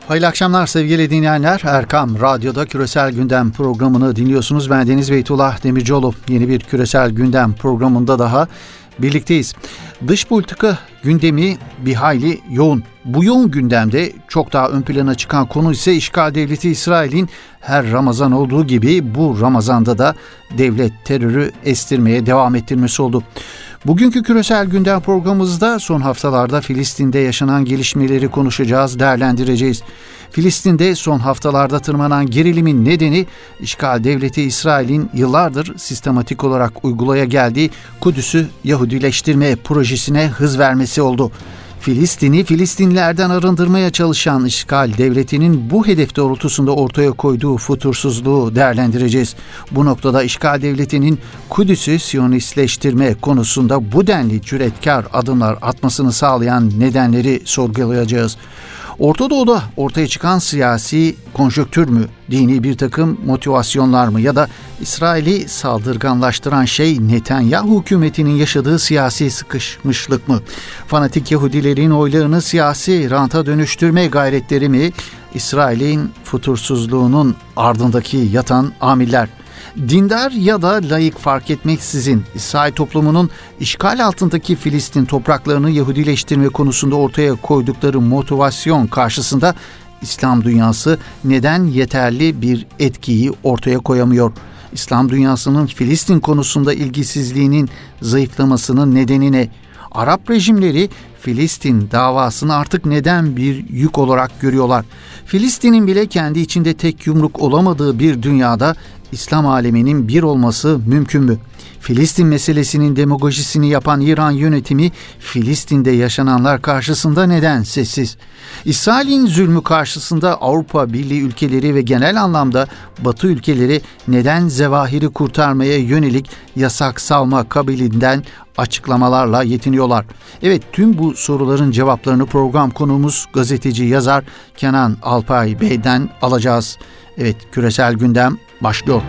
Hayırlı akşamlar sevgili dinleyenler. Erkam Radyo'da Küresel Gündem programını dinliyorsunuz. Ben Deniz Beytullah Demircioğlu. Yeni bir Küresel Gündem programında daha birlikteyiz. Dış politika gündemi bir hayli yoğun. Bu yoğun gündemde çok daha ön plana çıkan konu ise işgal devleti İsrail'in her Ramazan olduğu gibi bu Ramazan'da da devlet terörü estirmeye devam ettirmesi oldu. Bugünkü Küresel Gündem programımızda son haftalarda Filistin'de yaşanan gelişmeleri konuşacağız, değerlendireceğiz. Filistin'de son haftalarda tırmanan gerilimin nedeni işgal devleti İsrail'in yıllardır sistematik olarak uygulaya geldiği Kudüs'ü Yahudileştirme projesine hız vermesi oldu. Filistin'i Filistinlilerden arındırmaya çalışan işgal devletinin bu hedef doğrultusunda ortaya koyduğu fütursuzluğu değerlendireceğiz. Bu noktada işgal devletinin Kudüs'ü Siyonistleştirme konusunda bu denli cüretkar adımlar atmasını sağlayan nedenleri sorgulayacağız. Orta Doğu'da ortaya çıkan siyasi konjonktür mü, dini bir takım motivasyonlar mı ya da İsrail'i saldırganlaştıran şey Netanyahu hükümetinin yaşadığı siyasi sıkışmışlık mı? Fanatik Yahudilerin oylarını siyasi ranta dönüştürme gayretleri mi? İsrail'in fütursuzluğunun ardındaki yatan amiller. Dindar ya da laik fark etmeksizin İsrail toplumunun işgal altındaki Filistin topraklarını Yahudileştirme konusunda ortaya koydukları motivasyon karşısında İslam dünyası neden yeterli bir etkiyi ortaya koyamıyor? İslam dünyasının Filistin konusunda ilgisizliğinin zayıflamasının nedeni ne? Arap rejimleri Filistin davasını artık neden bir yük olarak görüyorlar? Filistin'in bile kendi içinde tek yumruk olamadığı bir dünyada İslam aleminin bir olması mümkün mü? Filistin meselesinin demagojisini yapan İran yönetimi Filistin'de yaşananlar karşısında neden sessiz? İsrail'in zulmü karşısında Avrupa Birliği ülkeleri ve genel anlamda Batı ülkeleri neden zevahiri kurtarmaya yönelik yasak savma kabilinden açıklamalarla yetiniyorlar? Evet, tüm bu soruların cevaplarını program konuğumuz gazeteci yazar Kenan Alpay Bey'den alacağız. Evet, Küresel Gündem başlıyor.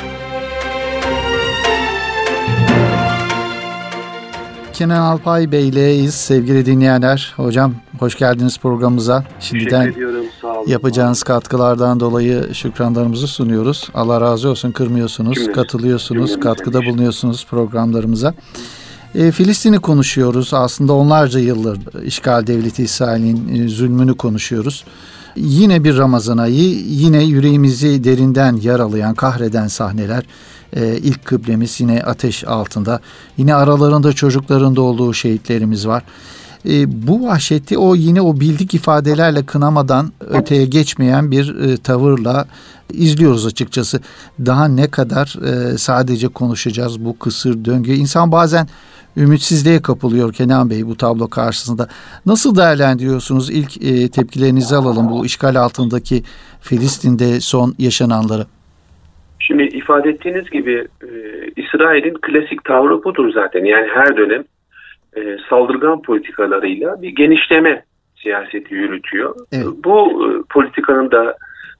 Kenan Alpay Bey'leyiz sevgili dinleyenler. Hocam hoş geldiniz programımıza. Şimdiden yapacağınız katkılardan dolayı şükranlarımızı sunuyoruz. Allah razı olsun, kırmıyorsunuz, katılıyorsunuz, katkıda bulunuyorsunuz programlarımıza. Filistin'i konuşuyoruz. Aslında onlarca yıldır işgal devleti İsrail'in zulmünü konuşuyoruz. Yine bir Ramazan ayı, yine yüreğimizi derinden yaralayan, kahreden sahneler. İlk kıblemiz yine ateş altında. Yine aralarında çocukların da olduğu şehitlerimiz var. Bu vahşeti yine o bildik ifadelerle kınamadan öteye geçmeyen bir tavırla izliyoruz açıkçası. Daha ne kadar sadece konuşacağız bu kısır döngü. İnsan bazen ümitsizliğe kapılıyor Kenan Bey bu tablo karşısında. Nasıl değerlendiriyorsunuz? İlk tepkilerinizi alalım bu işgal altındaki Filistin'de son yaşananları. Şimdi ifade ettiğiniz gibi İsrail'in klasik tavrı budur zaten. Yani her dönem saldırgan politikalarıyla bir genişleme siyaseti yürütüyor. Evet. Bu politikanın da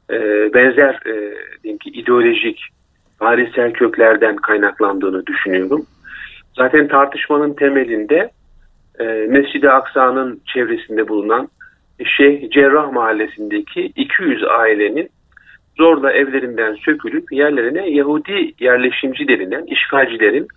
benzer diyeyim ki ideolojik, tarihsel köklerden kaynaklandığını düşünüyorum. Zaten tartışmanın temelinde Mescid-i Aksa'nın çevresinde bulunan Şeyh Cerrah mahallesindeki 200 ailenin zorla evlerinden sökülüp yerlerine Yahudi yerleşimcilerinden, işgalcilerin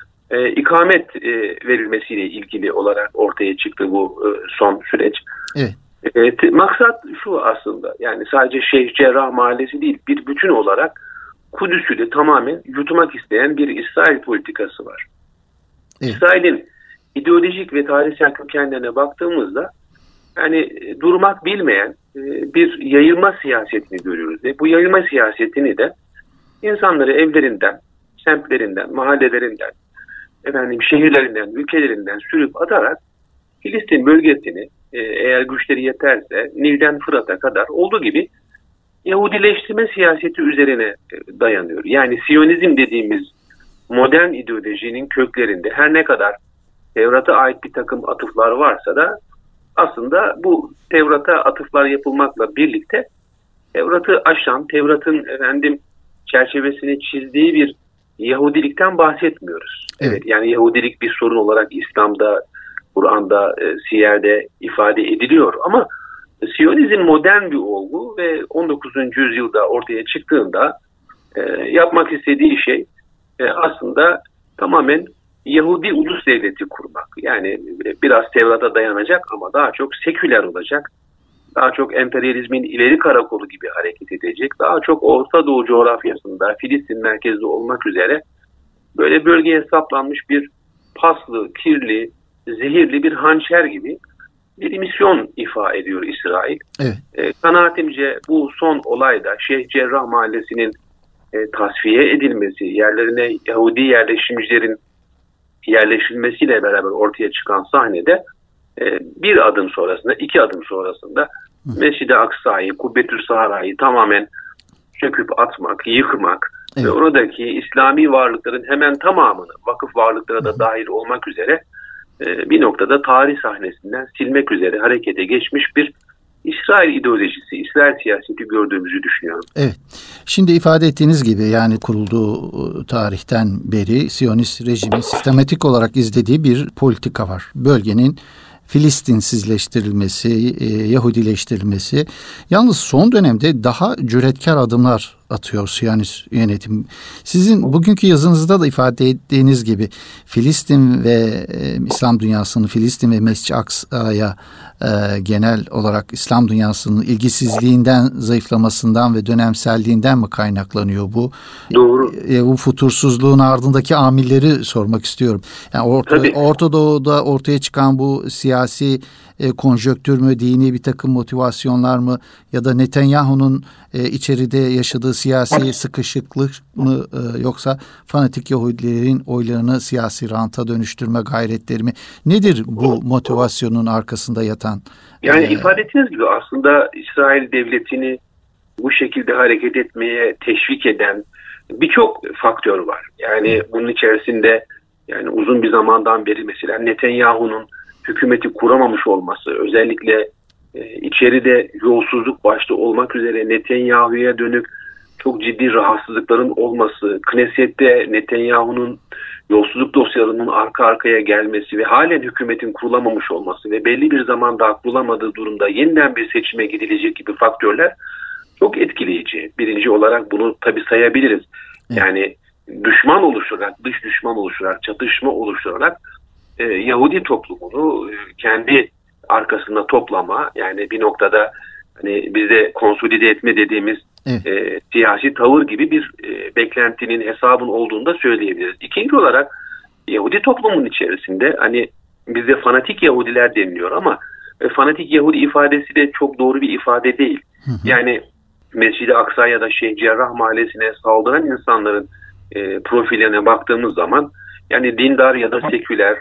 ikamet verilmesiyle ilgili olarak ortaya çıktı bu son süreç. Evet. Maksat şu aslında, yani sadece Şeyh Cerrah mahallesi değil, bir bütün olarak Kudüs'ü de tamamen yutmak isteyen bir İsrail politikası var. Evet. İsrail'in ideolojik ve tarihsel kökenlerine baktığımızda yani durmak bilmeyen bir yayılma siyasetini görüyoruz. Ve bu yayılma siyasetini de insanları evlerinden, semtlerinden, mahallelerinden, şehirlerinden, ülkelerinden sürüp atarak Filistin bölgesini eğer güçleri yeterse Nil'den Fırat'a kadar olduğu gibi Yahudileştirme siyaseti üzerine dayanıyor. Yani Siyonizm dediğimiz modern ideolojinin köklerinde her ne kadar Tevrat'a ait bir takım atıflar varsa da aslında bu Tevrat'a atıflar yapılmakla birlikte Tevrat'ı aşan, Tevrat'ın çerçevesini çizdiği bir Yahudilikten bahsetmiyoruz. Evet. Yani Yahudilik bir sorun olarak İslam'da, Kur'an'da, Siyer'de ifade ediliyor ama Siyonizm modern bir olgu ve 19. yüzyılda ortaya çıktığında yapmak istediği şey aslında tamamen Yahudi ulus devleti kurmak. Yani biraz Tevrat'a dayanacak ama daha çok seküler olacak. Daha çok emperyalizmin ileri karakolu gibi hareket edecek. Daha çok Orta Doğu coğrafyasında Filistin merkezli olmak üzere böyle bölgeye saplanmış bir paslı, kirli, zehirli bir hançer gibi bir misyon ifa ediyor İsrail. Evet. Kanaatimce bu son olayda Şeyh Cerrah Mahallesi'nin tasfiye edilmesi, yerlerine Yahudi yerleşimcilerin yerleşilmesiyle beraber ortaya çıkan sahnede bir adım sonrasında, 2 adım sonrasında Mescid-i Aksa'yı, Kubbetül Sahra'yı tamamen söküp atmak, yıkmak ve oradaki İslami varlıkların hemen tamamını, vakıf varlıklara da dahil olmak üzere bir noktada tarih sahnesinden silmek üzere harekete geçmiş bir İsrail ideolojisi, İsrail siyaseti gördüğümüzü düşünüyorum. Evet. Şimdi ifade ettiğiniz gibi yani kurulduğu tarihten beri Siyonist rejimin sistematik olarak izlediği bir politika var. Bölgenin Filistinsizleştirilmesi, Yahudileştirilmesi. Yalnız son dönemde daha cüretkar adımlar atıyor Siyonist yönetim. Sizin bugünkü yazınızda da ifade ettiğiniz gibi Filistin ve İslam dünyasının, Filistin ve Mescid-i Aksa'ya genel olarak İslam dünyasının ilgisizliğinden, zayıflamasından ve dönemselliğinden mi kaynaklanıyor bu? Doğru. Bu futursuzluğun ardındaki amilleri sormak istiyorum. Yani Orta Doğu'da ortaya çıkan bu siyasi konjonktür mü, dini bir takım motivasyonlar mı ya da Netanyahu'nun içeride yaşadığı siyasi sıkışıklık mı yoksa fanatik Yahudilerin oylarını siyasi ranta dönüştürme gayretleri mi? Nedir bu motivasyonun arkasında yatan? Yani ifade ettiğiniz gibi aslında İsrail devletini bu şekilde hareket etmeye teşvik eden birçok faktör var. Yani bunun içerisinde yani uzun bir zamandan beri mesela Netanyahu'nun hükümeti kuramamış olması, özellikle içeride yolsuzluk başta olmak üzere Netanyahu'ya dönük çok ciddi rahatsızlıkların olması, Knesset'te Netanyahu'nun yolsuzluk dosyalarının arka arkaya gelmesi ve halen hükümetin kurulamamış olması ve belli bir zaman daha kurulamadığı durumda yeniden bir seçime gidilecek gibi faktörler çok etkileyici. Birinci olarak bunu tabii sayabiliriz. Yani düşman oluşturarak, dış düşman oluşturarak, çatışma oluşturarak Yahudi toplumunu kendi arkasında toplama, yani bir noktada hani bizde konsolide etme dediğimiz siyasi tavır gibi bir beklentinin, hesabın olduğunu da söyleyebiliriz. İkinci olarak Yahudi toplumun içerisinde hani bizde fanatik Yahudiler deniliyor ama fanatik Yahudi ifadesi de çok doğru bir ifade değil. Yani Mescid-i Aksa ya da Şeyh Cerrah Mahallesi'ne saldıran insanların profillerine baktığımız zaman yani dindar ya da seküler,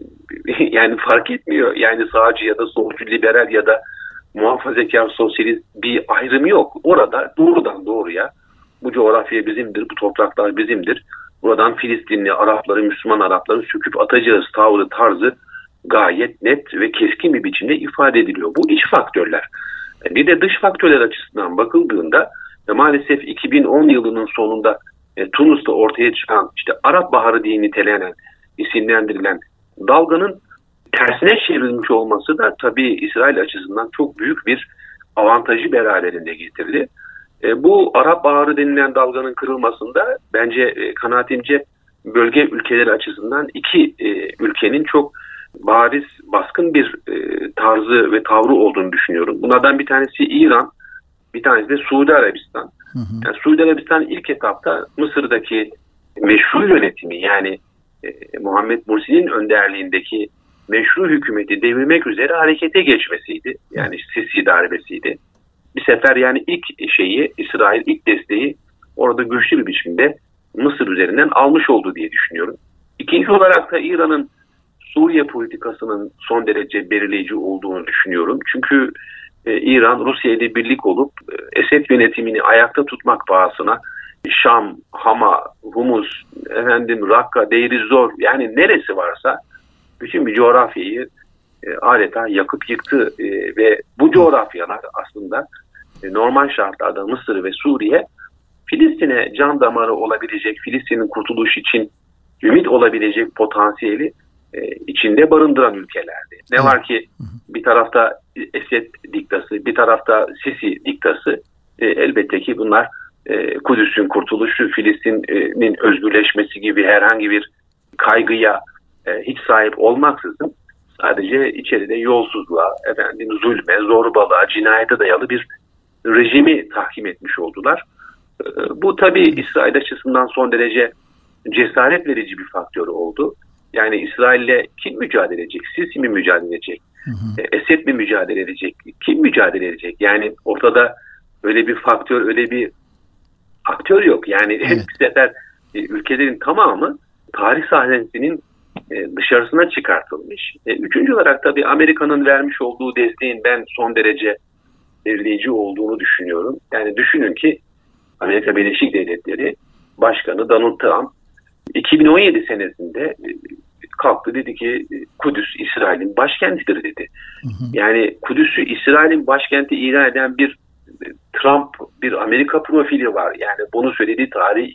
yani fark etmiyor. Yani sağcı ya da solcu, liberal ya da muhafazakar, sosyalist bir ayrım yok. Orada doğrudan doğruya bu coğrafya bizimdir, bu topraklar bizimdir. Buradan Filistinli Arapları, Müslüman Arapları söküp atacağız tarzı gayet net ve keskin bir biçimde ifade ediliyor. Bu iç faktörler. Bir de dış faktörler açısından bakıldığında maalesef 2010 yılının sonunda Tunus'ta ortaya çıkan işte Arap Baharı diye nitelenen, isimlendirilen dalganın tersine çevrilmiş olması da tabii İsrail açısından çok büyük bir avantajı beraberinde getirdi. Bu Arap Baharı denilen dalganın kırılmasında bence kanaatimce bölge ülkeleri açısından iki ülkenin çok bariz, baskın bir tarzı ve tavrı olduğunu düşünüyorum. Bunlardan bir tanesi İran, bir tanesi de Suudi Arabistan. Yani Suudi Arabistan ilk etapta Mısır'daki meşru yönetimi, yani Muhammed Mursi'nin önderliğindeki meşru hükümeti devirmek üzere harekete geçmesiydi. Yani Sisi darbesiydi. Bir sefer yani ilk İsrail ilk desteği orada güçlü bir biçimde Mısır üzerinden almış oldu diye düşünüyorum. İkinci olarak da İran'ın Suriye politikasının son derece belirleyici olduğunu düşünüyorum. Çünkü İran Rusya ile birlik olup Esed yönetimini ayakta tutmak pahasına Şam, Hama, Humus, Rakka, Deir ez-Zor, yani neresi varsa bütün bir coğrafyayı adeta yakıp yıktı ve bu coğrafyalar aslında normal şartlarda Mısır ve Suriye Filistin'e can damarı olabilecek, Filistin'in kurtuluş için ümit olabilecek potansiyeli içinde barındıran ülkelerdi. Ne var ki bir tarafta Esed diktası, bir tarafta Sisi diktası. Elbette ki bunlar Kudüs'ün kurtuluşu, Filistin'in özgürleşmesi gibi herhangi bir kaygıya hiç sahip olmaksızın sadece içeride yolsuzluğa, zulme, zorbalığa, cinayete dayalı bir rejimi tahkim etmiş oldular. Bu tabii İsrail açısından son derece cesaret verici bir faktör oldu. Yani İsrail'le kim mücadele edecek? Sisi mi mücadele edecek? Esed mi mücadele edecek? Kim mücadele edecek? Yani ortada öyle bir faktör, öyle bir aktör yok. Yani hep sefer ülkelerin tamamı tarih sahnesinin dışarısına çıkartılmış. Üçüncü olarak tabii Amerika'nın vermiş olduğu desteğin ben son derece belirleyici olduğunu düşünüyorum. Yani düşünün ki Amerika Birleşik Devletleri Başkanı Donald Trump 2017 senesinde kalktı, dedi ki Kudüs İsrail'in başkentidir dedi. Yani Kudüs'ü İsrail'in başkenti ilan eden bir Trump, bir Amerika profili var. Yani bunu söylediği tarih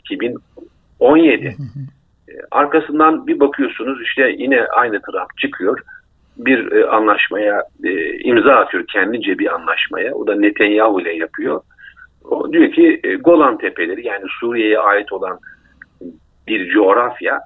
2017. Arkasından bir bakıyorsunuz işte yine aynı Trump çıkıyor. Bir anlaşmaya imza atıyor, kendince bir anlaşmaya. O da Netanyahu ile yapıyor. O diyor ki Golan Tepeleri, yani Suriye'ye ait olan bir coğrafya,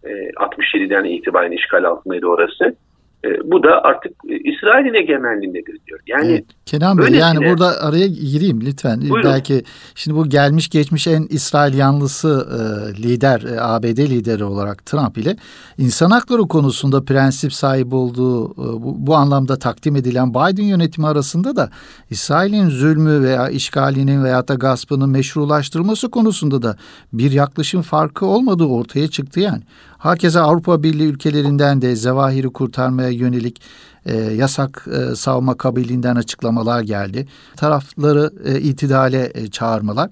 67'den itibaren işgal altındaydı orası. Bu da artık İsrail'in egemenliğindedir diyor. Yani evet, Kenan Bey, yani burada araya gireyim lütfen. Buyurun. Belki şimdi bu gelmiş geçmiş en İsrail yanlısı lider, ABD lideri olarak Trump ile insan hakları konusunda prensip sahibi olduğu bu anlamda takdim edilen Biden yönetimi arasında da İsrail'in zulmü veya işgalinin veya da gaspının meşrulaştırılması konusunda da bir yaklaşım farkı olmadığı ortaya çıktı yani. Hakeza Avrupa Birliği ülkelerinden de Zevahir'i kurtarmaya yönelik yasak savma kabiliğinden açıklamalar geldi. Tarafları itidale çağırmalar.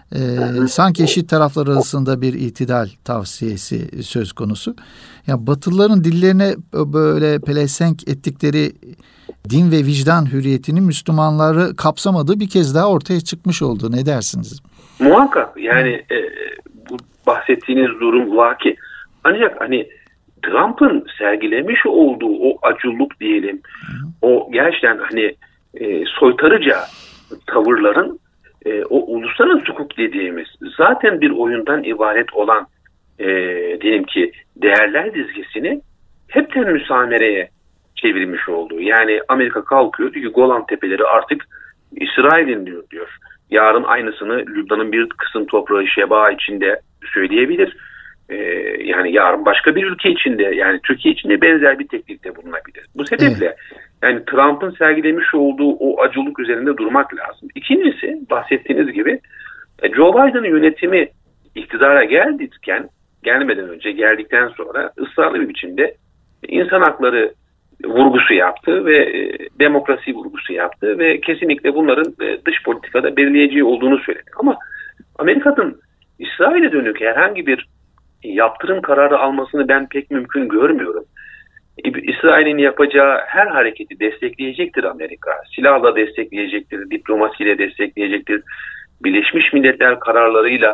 Sanki eşit taraflar arasında bir itidal tavsiyesi söz konusu. Yani Batılıların dillerine böyle pelesenk ettikleri din ve vicdan hürriyetinin Müslümanları kapsamadığı bir kez daha ortaya çıkmış oldu. Ne dersiniz? Muhakkak yani bu bahsettiğiniz durum vaki. Ancak hani Trump'ın sergilemiş olduğu o aculuk diyelim, o gerçekten hani soytarıca tavırların o uluslararası hukuk dediğimiz zaten bir oyundan ibaret olan diyelim ki değerler dizgisini hepten müsamereye çevirmiş oldu. Yani Amerika kalkıyor diyor ki Golan Tepeleri artık İsrail'in diyor. Yarın aynısını Lübnan'ın bir kısım toprağı Şeba içinde söyleyebilir. Yani yarın başka bir ülke içinde, yani Türkiye içinde benzer bir teklifte bulunabilir. Bu sebeple yani Trump'ın sergilemiş olduğu o acılık üzerinde durmak lazım. İkincisi, bahsettiğiniz gibi Joe Biden'ın yönetimi iktidara gelmeden önce, geldikten sonra ısrarlı bir biçimde insan hakları vurgusu yaptı ve demokrasi vurgusu yaptı ve kesinlikle bunların dış politikada belirleyici olduğunu söyledi. Ama Amerika'nın İsrail'e dönük herhangi bir yaptırım kararı almasını ben pek mümkün görmüyorum. İsrail'in yapacağı her hareketi destekleyecektir Amerika. Silahla destekleyecektir, diplomasiyle destekleyecektir. Birleşmiş Milletler kararlarıyla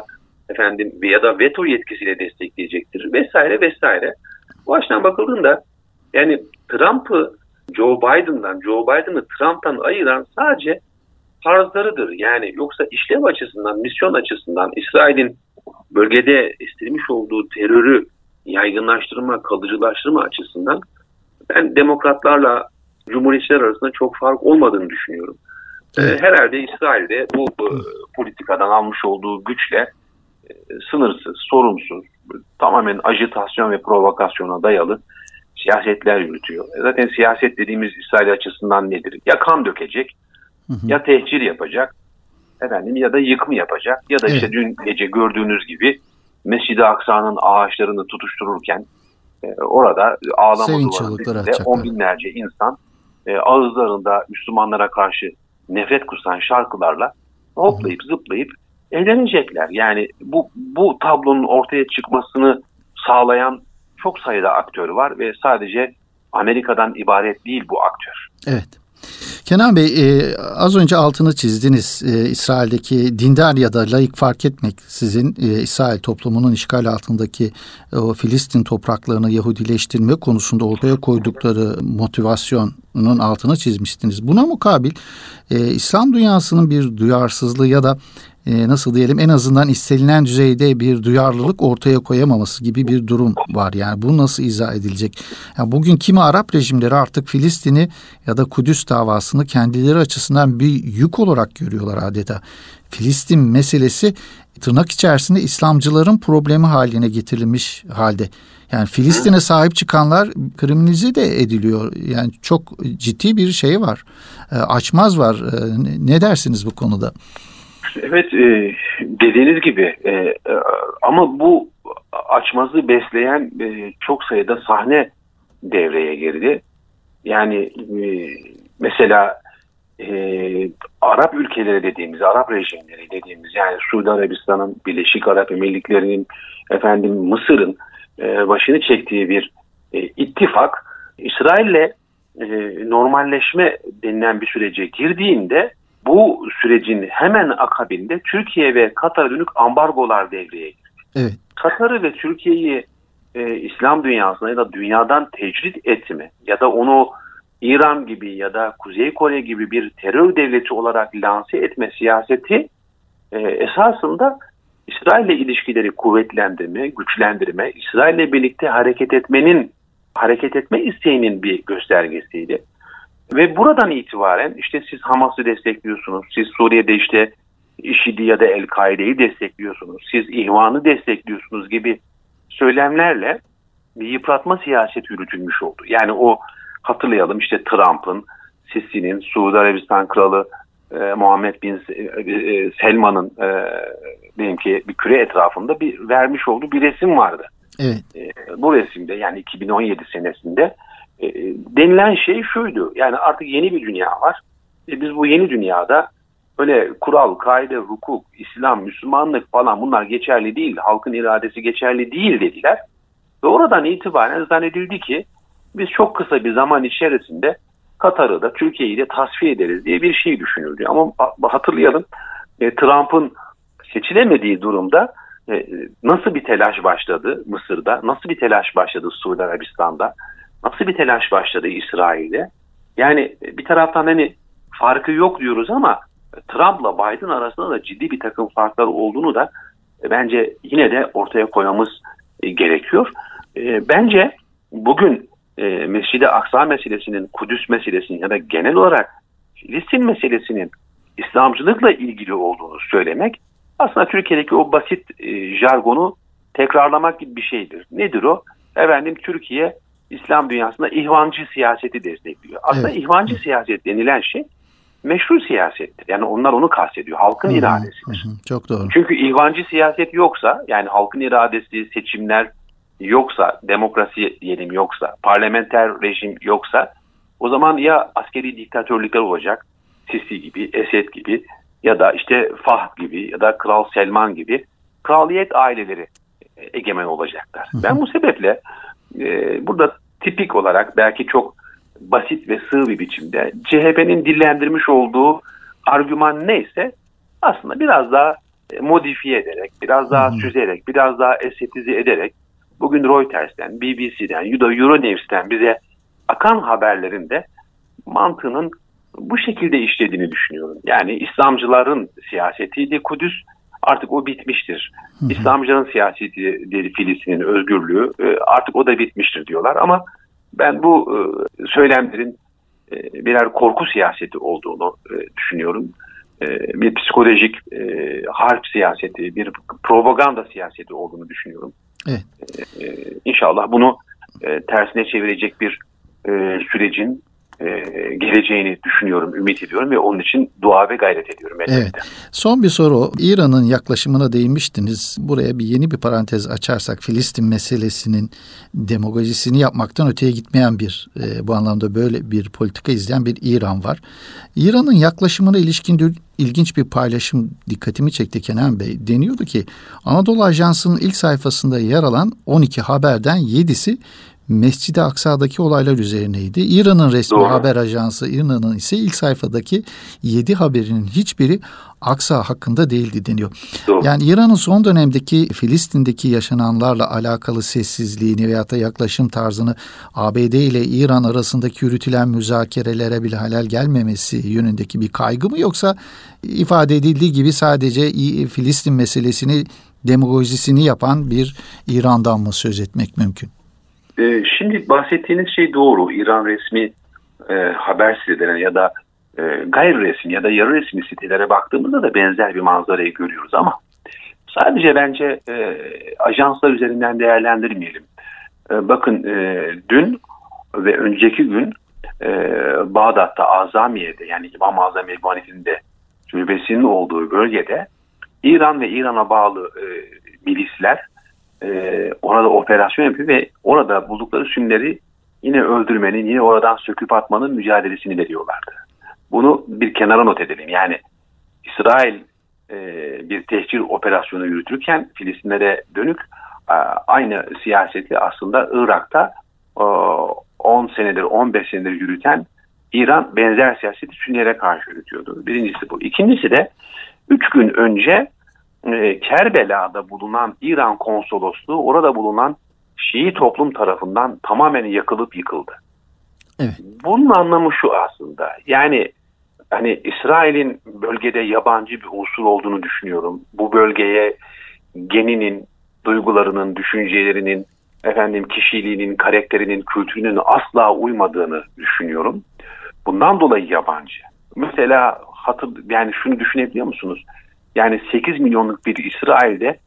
ya da veto yetkisiyle destekleyecektir vesaire vesaire. Bu açıdan bakıldığında yani Trump'ı Joe Biden'ı Trump'tan ayıran sadece tarzlarıdır. Yani yoksa işlev açısından, misyon açısından İsrail'in bölgede istirmiş olduğu terörü yaygınlaştırma, kalıcılaştırma açısından ben demokratlarla cumhuriyetçiler arasında çok fark olmadığını düşünüyorum. Herhalde İsrail'de bu politikadan almış olduğu güçle sınırsız, sorumsuz, tamamen ajitasyon ve provokasyona dayalı siyasetler yürütüyor. Zaten siyaset dediğimiz İsrail açısından nedir? Ya kan dökecek, ya tehcir yapacak, ya da yıkım yapacak, ya da işte dün gece gördüğünüz gibi Mescid-i Aksa'nın ağaçlarını tutuştururken orada ağlama duvarının on binlerce insan ağızlarında Müslümanlara karşı nefret kusan şarkılarla hoplayıp zıplayıp eğlenecekler. Yani bu tablonun ortaya çıkmasını sağlayan çok sayıda aktör var ve sadece Amerika'dan ibaret değil bu aktör. Evet. Kenan Bey, az önce altını çizdiniz. İsrail'deki dindar ya da laik fark etmeksizin İsrail toplumunun işgal altındaki o Filistin topraklarını Yahudileştirme konusunda ortaya koydukları motivasyonun altını çizmiştiniz. Buna mukabil İslam dünyasının bir duyarsızlığı ya da nasıl diyelim, en azından istenilen düzeyde bir duyarlılık ortaya koyamaması gibi bir durum var. Yani bu nasıl izah edilecek? Yani bugün kimi Arap rejimleri artık Filistin'i ya da Kudüs davasını kendileri açısından bir yük olarak görüyorlar adeta. Filistin meselesi tırnak içerisinde İslamcıların problemi haline getirilmiş halde. Yani Filistin'e sahip çıkanlar kriminalize de ediliyor. Yani çok ciddi bir şey var. Açmaz var. Ne dersiniz bu konuda? Evet, dediğiniz gibi ama bu açmazı besleyen çok sayıda sahne devreye girdi. Yani mesela Arap ülkeleri dediğimiz, Arap rejimleri dediğimiz, yani Suudi Arabistan'ın, Birleşik Arap Emirlikleri'nin, Mısır'ın başını çektiği bir ittifak, İsrail'le normalleşme denilen bir sürece girdiğinde bu sürecin hemen akabinde Türkiye ve Katar'a dönük ambargolar devreye girdi. Evet. Katar'ı ve Türkiye'yi İslam dünyasına ya da dünyadan tecrit etme ya da onu İran gibi ya da Kuzey Kore gibi bir terör devleti olarak lanse etme siyaseti esasında İsrail'le ilişkileri kuvvetlendirme, güçlendirme, İsrail'le birlikte hareket etme isteğinin bir göstergesiydi. Ve buradan itibaren işte siz Hamas'ı destekliyorsunuz, siz Suriye'de işte IŞİD'i ya da El-Kaide'yi destekliyorsunuz, siz İhvan'ı destekliyorsunuz gibi söylemlerle bir yıpratma siyaseti yürütülmüş oldu. Yani o, hatırlayalım, işte Trump'ın, Sisi'nin, Suudi Arabistan Kralı Muhammed Bin Selman'ın diyelim ki bir küre etrafında bir vermiş olduğu bir resim vardı. Evet. Bu resimde, yani 2017 senesinde denilen şey şuydu: yani artık yeni bir dünya var. Biz bu yeni dünyada öyle kural, kaide, hukuk, İslam, Müslümanlık falan bunlar geçerli değil, halkın iradesi geçerli değil dediler. Ve oradan itibaren zannedildi ki biz çok kısa bir zaman içerisinde Katar'ı da Türkiye'yi de tasfiye ederiz diye bir şey düşünüldü. Ama hatırlayalım, Trump'ın seçilemediği durumda nasıl bir telaş başladı Mısır'da, nasıl bir telaş başladı Suudi Arabistan'da, nasıl bir telaş başladı İsrail'de. Yani bir taraftan hani farkı yok diyoruz ama Trump'la Biden arasında da ciddi bir takım farklar olduğunu da bence yine de ortaya koymamız gerekiyor. Bence bugün Mescid-i Aksa meselesinin, Kudüs meselesinin ya da genel olarak Filistin meselesinin İslamcılıkla ilgili olduğunu söylemek aslında Türkiye'deki o basit jargonu tekrarlamak gibi bir şeydir. Nedir o? Türkiye İslam dünyasında ihvancı siyaseti destekliyor. Aslında evet, ihvancı siyaset denilen şey meşru siyasettir. Yani onlar onu kastediyor. Halkın iradesidir. Çok doğru. Çünkü ihvancı siyaset yoksa, yani halkın iradesi, seçimler yoksa, demokrasi diyelim yoksa, parlamenter rejim yoksa, o zaman ya askeri diktatörlükler olacak, Sisi gibi, Esed gibi ya da işte Fahd gibi ya da Kral Selman gibi kraliyet aileleri egemen olacaklar. Ben bu sebeple burada tipik olarak, belki çok basit ve sığ bir biçimde CHP'nin dillendirmiş olduğu argüman neyse aslında biraz daha modifiye ederek, biraz daha süzerek, biraz daha estetize ederek bugün Reuters'ten, BBC'den ya da Euronews'ten bize akan haberlerin de mantığının bu şekilde işlediğini düşünüyorum. Yani İslamcıların siyasetiydi Kudüs, artık o bitmiştir. İslamcıların siyaseti dedi Filistin'in özgürlüğü, artık o da bitmiştir diyorlar. Ama ben bu söylemlerin birer korku siyaseti olduğunu düşünüyorum. Bir psikolojik harp siyaseti, bir propaganda siyaseti olduğunu düşünüyorum. Evet. İnşallah bunu tersine çevirecek bir sürecin geleceğini düşünüyorum, ümit ediyorum ve onun için dua ve gayret ediyorum. Evet. Son bir soru. İran'ın yaklaşımına değinmiştiniz. Buraya yeni bir parantez açarsak, Filistin meselesinin demagojisini yapmaktan öteye gitmeyen bu anlamda böyle bir politika izleyen bir İran var. İran'ın yaklaşımına ilişkin ilginç bir paylaşım dikkatimi çekti Kenan Bey. Deniyordu ki Anadolu Ajansı'nın ilk sayfasında yer alan 12 haberden 7'si Mescid-i Aksa'daki olaylar üzerineydi. İran'ın resmi Doğru. haber ajansı İran'ın ise ilk sayfadaki 7 haberinin hiçbiri Aksa hakkında değildi deniyor. Doğru. Yani İran'ın son dönemdeki Filistin'deki yaşananlarla alakalı sessizliğini veyahut da yaklaşım tarzını ABD ile İran arasındaki yürütülen müzakerelere bile halel gelmemesi yönündeki bir kaygı mı, yoksa ifade edildiği gibi sadece Filistin meselesini demagojisini yapan bir İran'dan mı söz etmek mümkün? Şimdi bahsettiğiniz şey doğru. İran resmi haber sitelerine ya da gayri resmi ya da yarı resmi sitelere baktığımızda da benzer bir manzarayı görüyoruz ama sadece bence ajanslar üzerinden değerlendirmeyelim. Bakın dün ve önceki gün Bağdat'ta Azamiye'de, yani İmam Azam Ebu Hanife'nin de türbesinin olduğu bölgede İran ve İran'a bağlı milisler orada operasyon yapıyor ve orada buldukları Sünnileri yine öldürmenin, yine oradan söküp atmanın mücadelesini veriyorlardı. Bunu bir kenara not edelim. Yani İsrail bir tehcir operasyonu yürütürken Filistinlere dönük aynı siyaseti aslında Irak'ta 10 senedir, 15 senedir yürüten İran benzer siyaseti Sünnilere karşı yürütüyordu. Birincisi bu. İkincisi de 3 gün önce Kerbela'da bulunan İran konsolosluğu orada bulunan Şii toplum tarafından tamamen yakılıp yıkıldı. Evet. Bunun anlamı şu aslında. Yani hani İsrail'in bölgede yabancı bir unsur olduğunu düşünüyorum. Bu bölgeye geninin, duygularının, düşüncelerinin, kişiliğinin, karakterinin, kültürünün asla uymadığını düşünüyorum. Bundan dolayı yabancı. Mesela yani şunu düşünebiliyor musunuz? Yani 8 milyonluk bir İsrail'de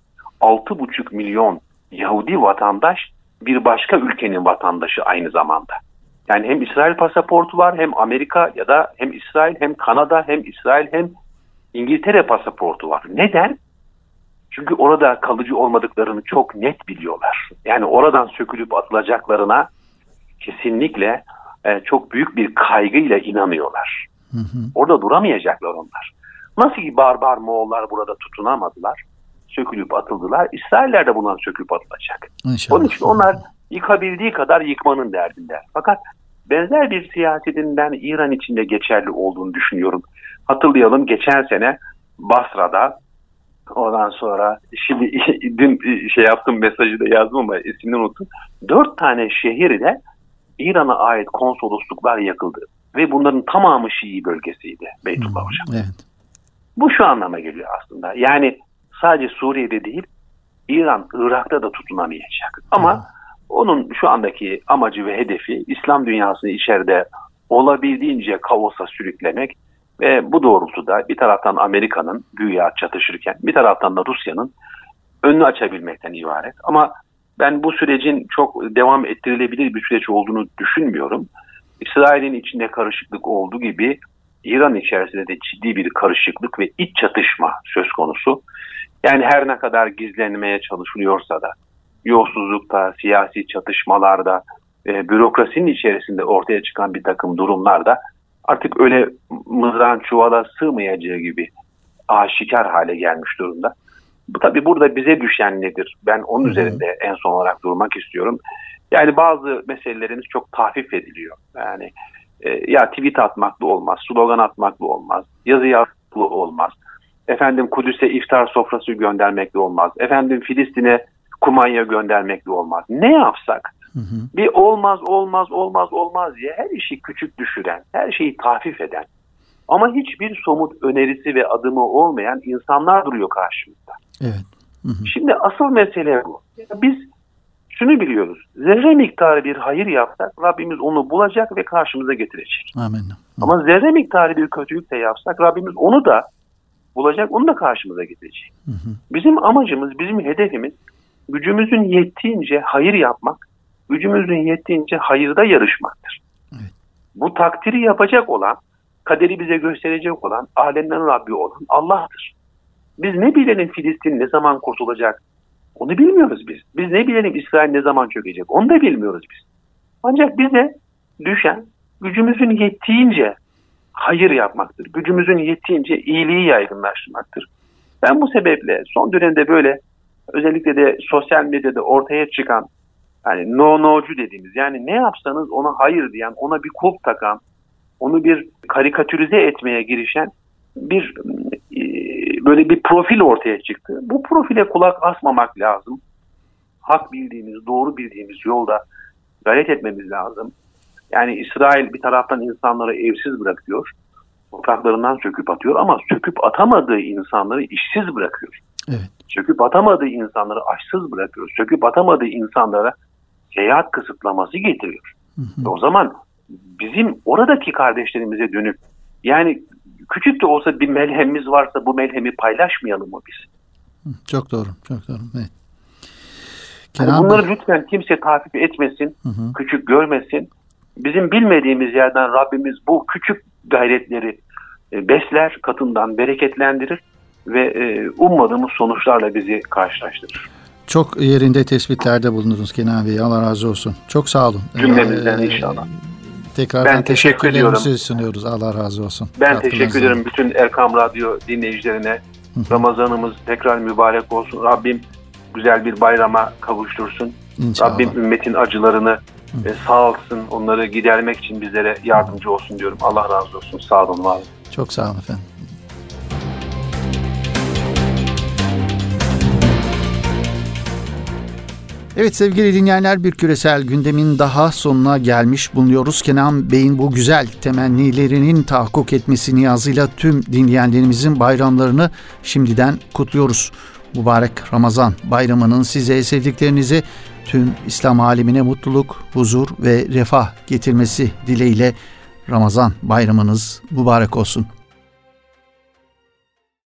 6,5 milyon Yahudi vatandaş bir başka ülkenin vatandaşı aynı zamanda. Yani hem İsrail pasaportu var, hem Amerika ya da hem İsrail, hem Kanada, hem İsrail, hem İngiltere pasaportu var. Neden? Çünkü orada kalıcı olmadıklarını çok net biliyorlar. Yani oradan sökülüp atılacaklarına kesinlikle çok büyük bir kaygıyla inanıyorlar. Hı hı. Orada duramayacaklar onlar. Nasıl ki barbar Moğollar burada tutunamadılar, sökülüp atıldılar, İsrailler de bundan sökülüp atılacak. İnşallah. Onun için onlar yıkabildiği kadar yıkmanın derdindeler. Fakat benzer bir siyasetin ben İran içinde geçerli olduğunu düşünüyorum. Hatırlayalım, geçen sene Basra'da, ondan sonra şimdi dün yaptım, mesajı da yazdım ama ismini unuttum. 4 tane şehirde İran'a ait konsolosluklar yakıldı. Ve bunların tamamı Şii bölgesiydi Beytullah Hocam. Evet. Bu şu anlama geliyor aslında. Yani sadece Suriye'de değil, İran Irak'ta da tutunamayacak. Ama onun şu andaki amacı ve hedefi İslam dünyasını içeride olabildiğince kaosa sürüklemek ve bu doğrultuda bir taraftan Amerika'nın güya çatışırken bir taraftan da Rusya'nın önünü açabilmekten ibaret. Ama ben bu sürecin çok devam ettirilebilir bir süreç olduğunu düşünmüyorum. İsrail'in içinde karışıklık olduğu gibi İran içerisinde de ciddi bir karışıklık ve iç çatışma söz konusu. Yani her ne kadar gizlenmeye çalışılıyorsa da yolsuzlukta, siyasi çatışmalarda, bürokrasinin içerisinde ortaya çıkan bir takım durumlarda artık öyle mızrağın çuvala sığmayacağı gibi aşikar hale gelmiş durumda. Bu tabii burada bize düşen nedir? Ben onun üzerinde en son olarak durmak istiyorum. Yani bazı meselelerimiz çok tahfif ediliyor. Yani ya tweet atmakla olmaz, slogan atmakla olmaz, yazı yazmakla olmaz. Kudüs'e iftar sofrası göndermekle olmaz. Filistin'e kumanya göndermekle olmaz. Ne yapsak? Bir olmaz diye her işi küçük düşüren, her şeyi tahfif eden ama hiçbir somut önerisi ve adımı olmayan insanlar duruyor karşımızda. Evet. Şimdi asıl mesele bu. Biz şunu biliyoruz. Zerre miktarı bir hayır yapsak Rabbimiz onu bulacak ve karşımıza getirecek. Amin. Ama zerre miktarı bir kötülük de yapsak Rabbimiz onu da bulacak, onu da karşımıza getirecek. Bizim amacımız, bizim hedefimiz gücümüzün yettiğince hayır yapmak, gücümüzün yettiğince hayırda yarışmaktır. Evet. Bu takdiri yapacak olan, kaderi bize gösterecek olan, alemlerin Rabbi olan Allah'tır. Biz ne bilelim Filistin ne zaman kurtulacak? Onu bilmiyoruz biz. Biz ne bilelim İsrail ne zaman çökecek? Onu da bilmiyoruz biz. Ancak bize düşen gücümüzün yettiğince hayır yapmaktır. Gücümüzün yettiğince iyiliği yaygınlaştırmaktır. Ben bu sebeple son dönemde böyle özellikle de sosyal medyada ortaya çıkan hani no'cu dediğimiz, yani ne yapsanız ona hayır diyen, ona bir kulp takan, onu bir karikatürize etmeye girişen bir böyle bir profil ortaya çıktı. Bu profile kulak asmamak lazım. Hak bildiğimiz, doğru bildiğimiz yolda gayret etmemiz lazım. Yani İsrail bir taraftan insanları evsiz bırakıyor, topraklarından söküp atıyor ama söküp atamadığı insanları işsiz bırakıyor. Evet. Söküp atamadığı insanları açsız bırakıyor. Söküp atamadığı insanlara seyahat kısıtlaması getiriyor. O zaman bizim oradaki kardeşlerimize dönüp, yani küçük de olsa bir melhemimiz varsa bu melhemi paylaşmayalım mı biz? Çok doğru, çok doğru. Evet. Yani bunları lütfen kimse takip etmesin, küçük görmesin. Bizim bilmediğimiz yerden Rabbimiz bu küçük gayretleri besler, katından bereketlendirir ve ummadığımız sonuçlarla bizi karşılaştırır. Çok yerinde tespitlerde bulundunuz Kenan Bey. Allah razı olsun. Çok sağ olun. Cümlemizden inşallah. Tekrardan teşekkürlerimizi sunuyoruz. Allah razı olsun. Ben teşekkür ederim bütün Erkam Radyo dinleyicilerine. Ramazanımız tekrar mübarek olsun. Rabbim güzel bir bayrama kavuştursun. İnşallah. Rabbim ümmetin acılarını sağalsın. Onları gidermek için bizlere yardımcı olsun diyorum. Allah razı olsun. Sağ olun, var olun. Çok sağ olun efendim. Evet sevgili dinleyenler, bir küresel gündemin daha sonuna gelmiş bulunuyoruz. Kenan Bey'in bu güzel temennilerinin tahakkuk etmesi niyazıyla tüm dinleyenlerimizin bayramlarını şimdiden kutluyoruz. Mübarek Ramazan bayramının size, sevdiklerinize, tüm İslam alemine mutluluk, huzur ve refah getirmesi dileğiyle Ramazan bayramınız mübarek olsun.